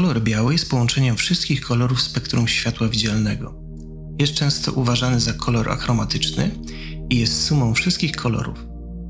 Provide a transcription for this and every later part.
Kolor biały jest połączeniem wszystkich kolorów spektrum światła widzialnego. Jest często uważany za kolor achromatyczny i jest sumą wszystkich kolorów.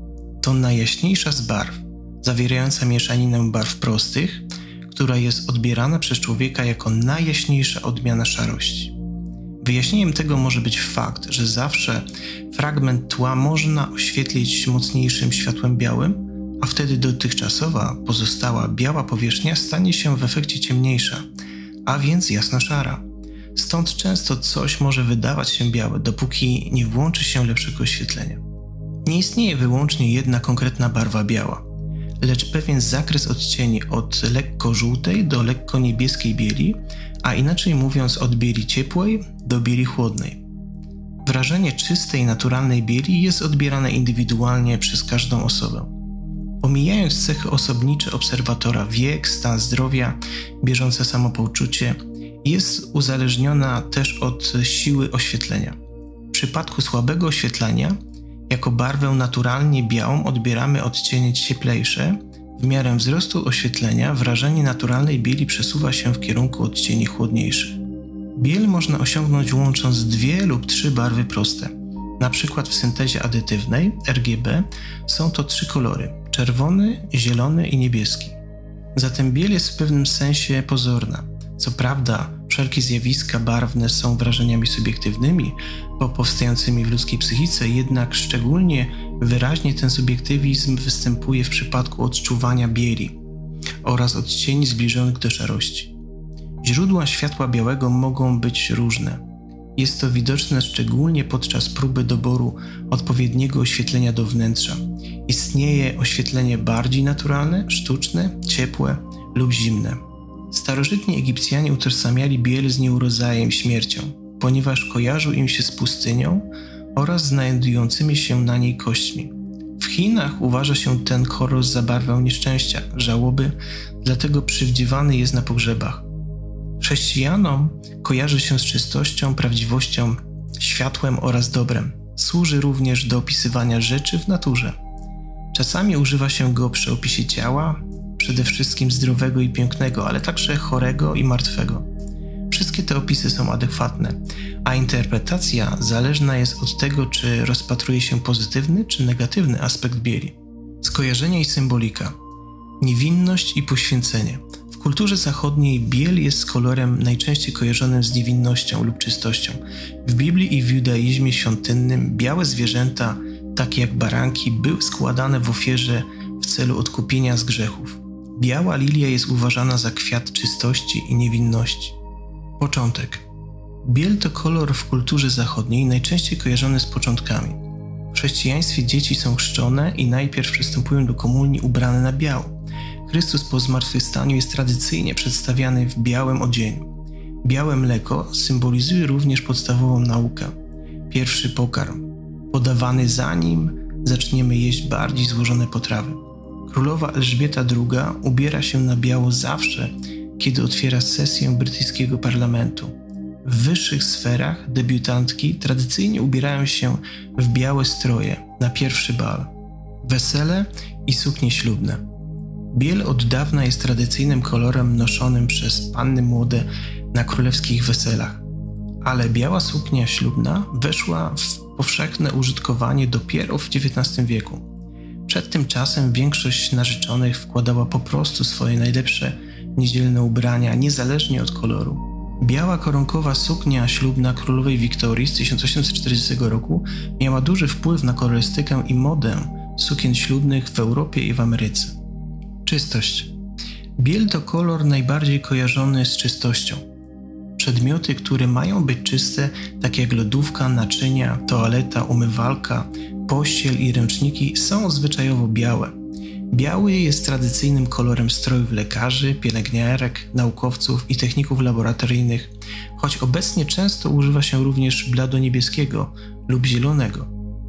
To najjaśniejsza z barw, zawierająca mieszaninę barw prostych, która jest odbierana przez człowieka jako najjaśniejsza odmiana szarości. Wyjaśnieniem tego może być fakt, że zawsze fragment tła można oświetlić mocniejszym światłem białym, a wtedy dotychczasowa, pozostała biała powierzchnia stanie się w efekcie ciemniejsza, a więc jasno-szara. Stąd często coś może wydawać się białe, dopóki nie włączy się lepszego oświetlenia. Nie istnieje wyłącznie jedna konkretna barwa biała, lecz pewien zakres odcieni od lekko żółtej do lekko niebieskiej bieli, a inaczej mówiąc od bieli ciepłej do bieli chłodnej. Wrażenie czystej, naturalnej bieli jest odbierane indywidualnie przez każdą osobę. Pomijając cechy osobnicze obserwatora, wiek, stan zdrowia, bieżące samopoczucie, jest uzależniona też od siły oświetlenia. W przypadku słabego oświetlenia, jako barwę naturalnie białą odbieramy odcienie cieplejsze. W miarę wzrostu oświetlenia wrażenie naturalnej bieli przesuwa się w kierunku odcieni chłodniejszych. Biel można osiągnąć łącząc 2 lub 3 barwy proste. Na przykład w syntezie adytywnej RGB są to 3 kolory: czerwony, zielony i niebieski. Zatem biel jest w pewnym sensie pozorna. Co prawda, wszelkie zjawiska barwne są wrażeniami subiektywnymi, bo powstającymi w ludzkiej psychice, jednak szczególnie wyraźnie ten subiektywizm występuje w przypadku odczuwania bieli oraz odcieni zbliżonych do szarości. Źródła światła białego mogą być różne. Jest to widoczne szczególnie podczas próby doboru odpowiedniego oświetlenia do wnętrza. Istnieje oświetlenie bardziej naturalne, sztuczne, ciepłe lub zimne. Starożytni Egipcjanie utożsamiali biel z nieurozajem, śmiercią, ponieważ kojarzył im się z pustynią oraz znajdującymi się na niej kośćmi. W Chinach uważa się ten kolor za barwę nieszczęścia, żałoby, dlatego przywdziewany jest na pogrzebach. Chrześcijanom kojarzy się z czystością, prawdziwością, światłem oraz dobrem. Służy również do opisywania rzeczy w naturze. Czasami używa się go przy opisie ciała, przede wszystkim zdrowego i pięknego, ale także chorego i martwego. Wszystkie te opisy są adekwatne, a interpretacja zależna jest od tego, czy rozpatruje się pozytywny czy negatywny aspekt bieli. Skojarzenia i symbolika. Niewinność i poświęcenie. W kulturze zachodniej biel jest kolorem najczęściej kojarzonym z niewinnością lub czystością. W Biblii i w judaizmie świątynnym białe zwierzęta, takie jak baranki, były składane w ofierze w celu odkupienia z grzechów. Biała lilia jest uważana za kwiat czystości i niewinności. Początek. Biel to kolor w kulturze zachodniej najczęściej kojarzony z początkami. W chrześcijaństwie dzieci są chrzczone i najpierw przystępują do komunii ubrane na biało. Chrystus po zmartwychwstaniu jest tradycyjnie przedstawiany w białym odzieniu. Białe mleko symbolizuje również podstawową naukę. Pierwszy pokarm, podawany zanim zaczniemy jeść bardziej złożone potrawy. Królowa Elżbieta II ubiera się na biało zawsze, kiedy otwiera sesję brytyjskiego parlamentu. W wyższych sferach debiutantki tradycyjnie ubierają się w białe stroje na pierwszy bal, wesele i suknie ślubne. Biel od dawna jest tradycyjnym kolorem noszonym przez panny młode na królewskich weselach, ale biała suknia ślubna weszła w powszechne użytkowanie dopiero w XIX wieku. Przed tym czasem większość narzeczonych wkładała po prostu swoje najlepsze niedzielne ubrania, niezależnie od koloru. Biała koronkowa suknia ślubna królowej Wiktorii z 1840 roku miała duży wpływ na kolorystykę i modę sukien ślubnych w Europie i w Ameryce. Czystość. Biel to kolor najbardziej kojarzony z czystością. Przedmioty, które mają być czyste, takie jak lodówka, naczynia, toaleta, umywalka, pościel i ręczniki, są zwyczajowo białe. Biały jest tradycyjnym kolorem strojów lekarzy, pielęgniarek, naukowców i techników laboratoryjnych, choć obecnie często używa się również bladoniebieskiego lub zielonego.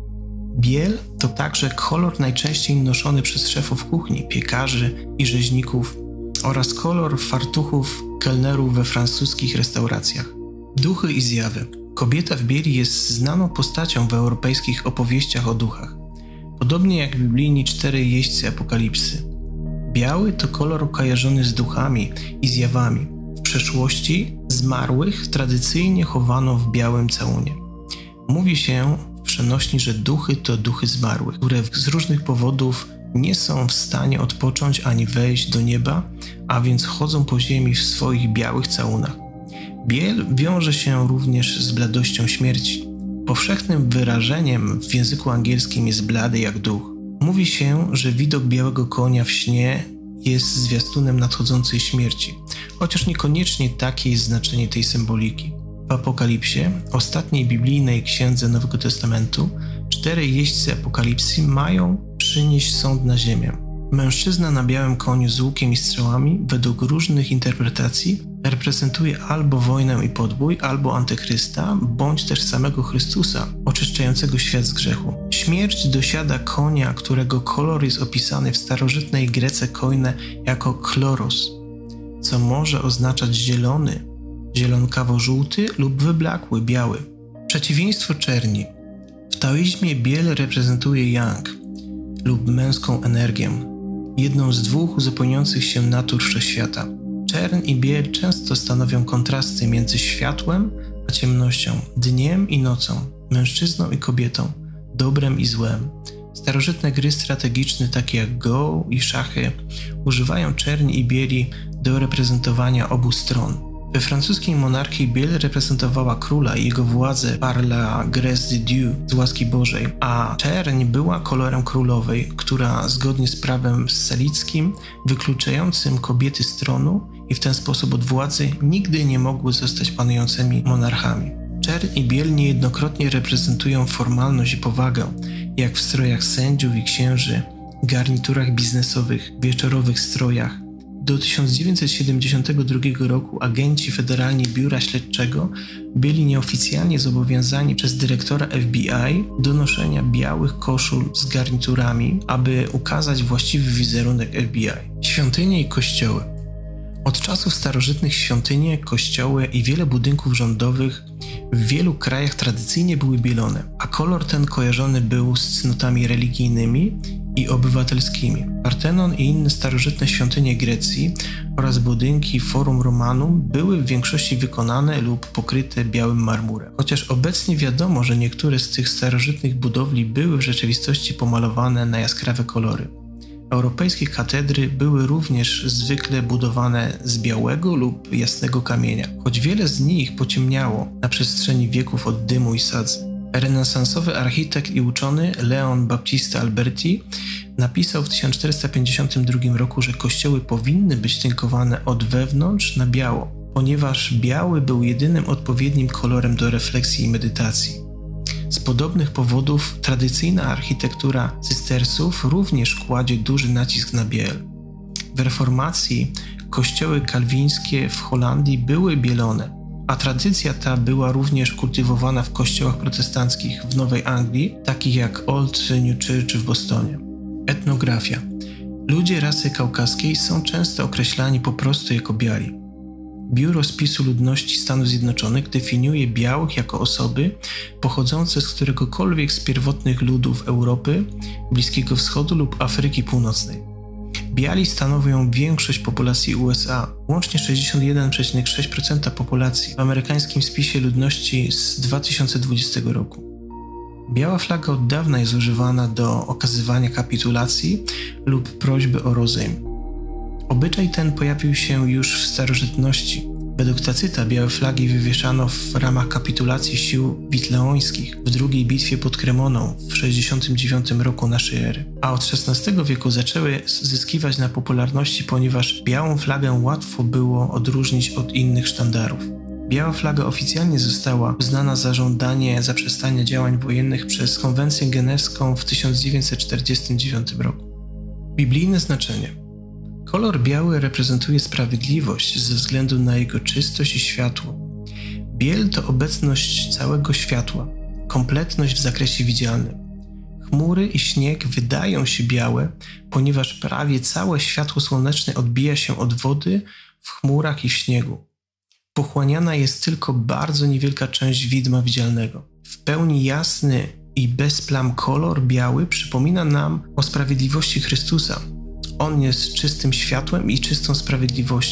Biel to także kolor najczęściej noszony przez szefów kuchni, piekarzy i rzeźników oraz kolor fartuchów kelnerów we francuskich restauracjach. Duchy i zjawy. Kobieta w bieli jest znaną postacią w europejskich opowieściach o duchach. Podobnie jak biblijni 4 jeźdźcy apokalipsy. Biały to kolor kojarzony z duchami i zjawami. przeszłości zmarłych tradycyjnie chowano w białym całunie. Mówi się w przenośni, że duchy to duchy zmarłych, które z różnych powodów nie są w stanie odpocząć ani wejść do nieba, a więc chodzą po ziemi w swoich białych całunach. Biel wiąże się również z bladością śmierci. Powszechnym wyrażeniem w języku angielskim jest blady jak duch. Mówi się, że widok białego konia w śnie jest zwiastunem nadchodzącej śmierci, chociaż niekoniecznie takie jest znaczenie tej symboliki. W Apokalipsie, ostatniej biblijnej księdze Nowego Testamentu, 4 jeźdźcy Apokalipsy mają przynieść sąd na ziemię. Mężczyzna na białym koniu z łukiem i strzałami, według różnych interpretacji, reprezentuje albo wojnę i podbój, albo Antychrysta, bądź też samego Chrystusa, oczyszczającego świat z grzechu. Śmierć dosiada konia, którego kolor jest opisany w starożytnej Grece koine jako chloros, co może oznaczać zielony, zielonkawo-żółty lub wyblakły, biały. Przeciwieństwo czerni. W taoizmie biel reprezentuje yang lub męską energię, jedną z 2 uzupełniających się natur wszechświata. Czerń i biel często stanowią kontrasty między światłem a ciemnością, dniem i nocą, mężczyzną i kobietą, dobrem i złem. Starożytne gry strategiczne takie jak Go i szachy używają czerni i bieli do reprezentowania obu stron. We francuskiej monarchii biel reprezentowała króla i jego władzę par la grâce de Dieu, z łaski Bożej, a czerń była kolorem królowej, która zgodnie z prawem salickim wykluczającym kobiety z tronu i w ten sposób od władzy nigdy nie mogły zostać panującymi monarchami. Czerń i biel niejednokrotnie reprezentują formalność i powagę, jak w strojach sędziów i księży, garniturach biznesowych, wieczorowych strojach. Do 1972 roku agenci Federalni Biura Śledczego byli nieoficjalnie zobowiązani przez dyrektora FBI do noszenia białych koszul z garniturami, aby ukazać właściwy wizerunek FBI. Świątynie i kościoły. Od czasów starożytnych świątynie, kościoły i wiele budynków rządowych w wielu krajach tradycyjnie były bielone, a kolor ten kojarzony był z cnotami religijnymi i obywatelskimi. Partenon i inne starożytne świątynie Grecji oraz budynki Forum Romanum były w większości wykonane lub pokryte białym marmurem. Chociaż obecnie wiadomo, że niektóre z tych starożytnych budowli były w rzeczywistości pomalowane na jaskrawe kolory. Europejskie katedry były również zwykle budowane z białego lub jasnego kamienia, choć wiele z nich pociemniało na przestrzeni wieków od dymu i sadzy. Renesansowy architekt i uczony Leon Battista Alberti napisał w 1452 roku, że kościoły powinny być tynkowane od wewnątrz na biało, ponieważ biały był jedynym odpowiednim kolorem do refleksji i medytacji. Z podobnych powodów tradycyjna architektura cystersów również kładzie duży nacisk na biel. W reformacji kościoły kalwińskie w Holandii były bielone, a tradycja ta była również kultywowana w kościołach protestanckich w Nowej Anglii, takich jak Old New Church w Bostonie. Etnografia. Ludzie rasy kaukaskiej są często określani po prostu jako biali. Biuro Spisu Ludności Stanów Zjednoczonych definiuje białych jako osoby pochodzące z któregokolwiek z pierwotnych ludów Europy, Bliskiego Wschodu lub Afryki Północnej. Biali stanowią większość populacji USA, łącznie 61,6% populacji w amerykańskim spisie ludności z 2020 roku. Biała flaga od dawna jest używana do okazywania kapitulacji lub prośby o rozejm. Obyczaj ten pojawił się już w starożytności. Według Tacyta białe flagi wywieszano w ramach kapitulacji sił witleońskich w drugiej bitwie pod Kremoną w 69 roku naszej ery. A od XVI wieku zaczęły zyskiwać na popularności, ponieważ białą flagę łatwo było odróżnić od innych sztandarów. Biała flaga oficjalnie została uznana za żądanie zaprzestania działań wojennych przez konwencję genewską w 1949 roku. Biblijne znaczenie. Kolor biały reprezentuje sprawiedliwość ze względu na jego czystość i światło. Biel to obecność całego światła, kompletność w zakresie widzialnym. Chmury i śnieg wydają się białe, ponieważ prawie całe światło słoneczne odbija się od wody w chmurach i w śniegu. Pochłaniana jest tylko bardzo niewielka część widma widzialnego. W pełni jasny i bez plam kolor biały przypomina nam o sprawiedliwości Chrystusa. On jest czystym światłem i czystą sprawiedliwością.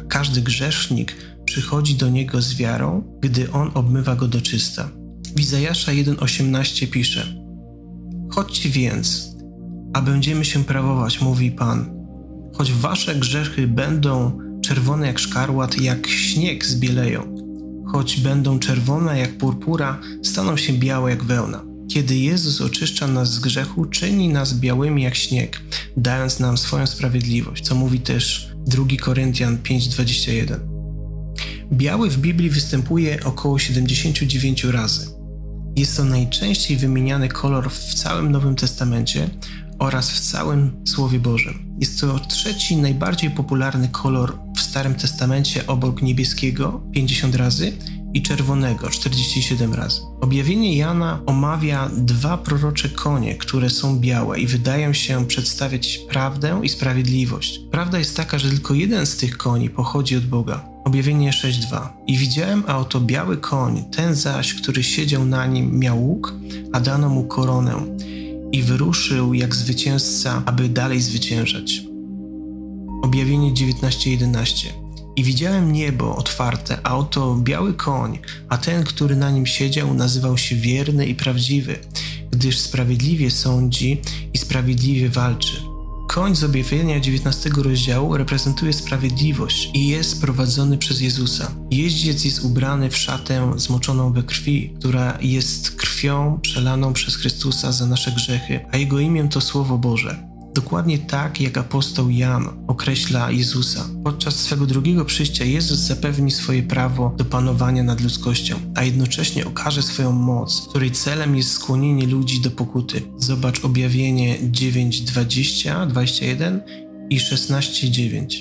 każdy grzesznik przychodzi do Niego z wiarą, gdy On obmywa go do czysta. W Izajasza 1,18 pisze: Chodźcie więc, a będziemy się prawować, mówi Pan. Choć wasze grzechy będą czerwone jak szkarłat, jak śnieg zbieleją. Choć będą czerwone jak purpura, staną się białe jak wełna. Kiedy Jezus oczyszcza nas z grzechu, czyni nas białymi jak śnieg, dając nam swoją sprawiedliwość, co mówi też 2 Koryntian 5,21. Biały w Biblii występuje około 79 razy. Jest to najczęściej wymieniany kolor w całym Nowym Testamencie oraz w całym Słowie Bożym. Jest to trzeci najbardziej popularny kolor w Starym Testamencie obok niebieskiego 50 razy i czerwonego 47 razy. Objawienie Jana omawia 2 prorocze konie, które są białe i wydają się przedstawiać prawdę i sprawiedliwość. Prawda jest taka, że tylko jeden z tych koni pochodzi od Boga. Objawienie 6:2. I widziałem, a oto biały koń, ten zaś, który siedział na nim, miał łuk, a dano mu koronę i wyruszył jak zwycięzca, aby dalej zwyciężać. Objawienie 19:11. I widziałem niebo otwarte, a oto biały koń, a ten, który na nim siedział, nazywał się Wierny i Prawdziwy, gdyż sprawiedliwie sądzi i sprawiedliwie walczy. Koń z Objawienia 19 rozdziału reprezentuje sprawiedliwość i jest prowadzony przez Jezusa. Jeździec jest ubrany w szatę zmoczoną we krwi, która jest krwią przelaną przez Chrystusa za nasze grzechy, a Jego imię to Słowo Boże. Dokładnie tak, jak apostoł Jan określa Jezusa. Podczas swego drugiego przyjścia Jezus zapewni swoje prawo do panowania nad ludzkością, a jednocześnie okaże swoją moc, której celem jest skłonienie ludzi do pokuty. Zobacz Objawienie 9:20, 21 i 16:9.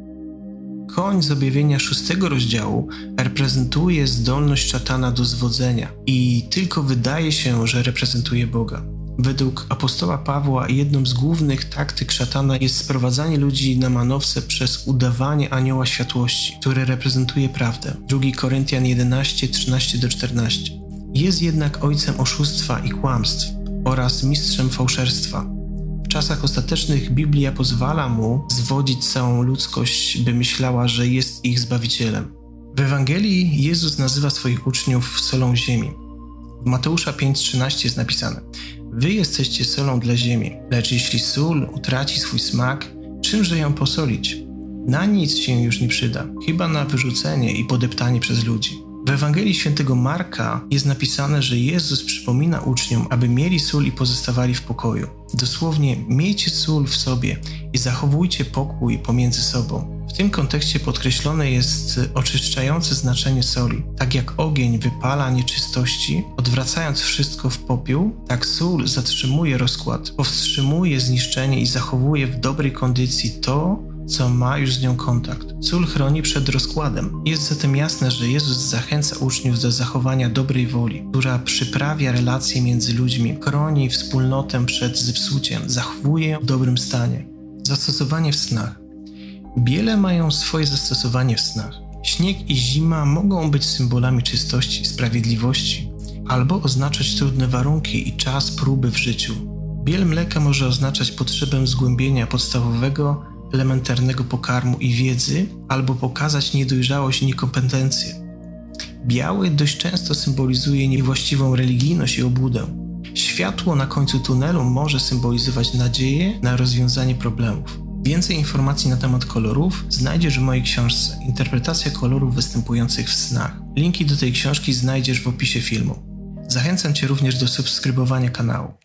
Koń z Objawienia 6 rozdziału reprezentuje zdolność szatana do zwodzenia i tylko wydaje się, że reprezentuje Boga. Według apostoła Pawła jedną z głównych taktyk szatana jest sprowadzanie ludzi na manowce przez udawanie anioła światłości, który reprezentuje prawdę. 2 Koryntian 11, 13-14. Jest jednak ojcem oszustwa i kłamstw oraz mistrzem fałszerstwa. W czasach ostatecznych Biblia pozwala mu zwodzić całą ludzkość, by myślała, że jest ich Zbawicielem. W Ewangelii Jezus nazywa swoich uczniów solą ziemi. W Mateusza 5:13 jest napisane: Wy jesteście solą dla ziemi, lecz jeśli sól utraci swój smak, czymże ją posolić? Na nic się już nie przyda, chyba na wyrzucenie i podeptanie przez ludzi. W Ewangelii Świętego Marka jest napisane, że Jezus przypomina uczniom, aby mieli sól i pozostawali w pokoju. Dosłownie, miejcie sól w sobie i zachowujcie pokój pomiędzy sobą. W tym kontekście podkreślone jest oczyszczające znaczenie soli. Tak jak ogień wypala nieczystości, odwracając wszystko w popiół, tak sól zatrzymuje rozkład, powstrzymuje zniszczenie i zachowuje w dobrej kondycji to, co ma już z nią kontakt. Sól chroni przed rozkładem. Jest zatem jasne, że Jezus zachęca uczniów do zachowania dobrej woli, która przyprawia relacje między ludźmi, chroni wspólnotę przed zepsuciem, zachowuje ją w dobrym stanie. Zastosowanie w snach. Biele mają swoje zastosowanie w snach. Śnieg i zima mogą być symbolami czystości, sprawiedliwości, albo oznaczać trudne warunki i czas próby w życiu. Biel mleka może oznaczać potrzebę zgłębienia podstawowego, elementarnego pokarmu i wiedzy, albo pokazać niedojrzałość i niekompetencję. Biały dość często symbolizuje niewłaściwą religijność i obłudę. Światło na końcu tunelu może symbolizować nadzieję na rozwiązanie problemów. Więcej informacji na temat kolorów znajdziesz w mojej książce Interpretacja kolorów występujących w snach. Linki do tej książki znajdziesz w opisie filmu. Zachęcam Cię również do subskrybowania kanału.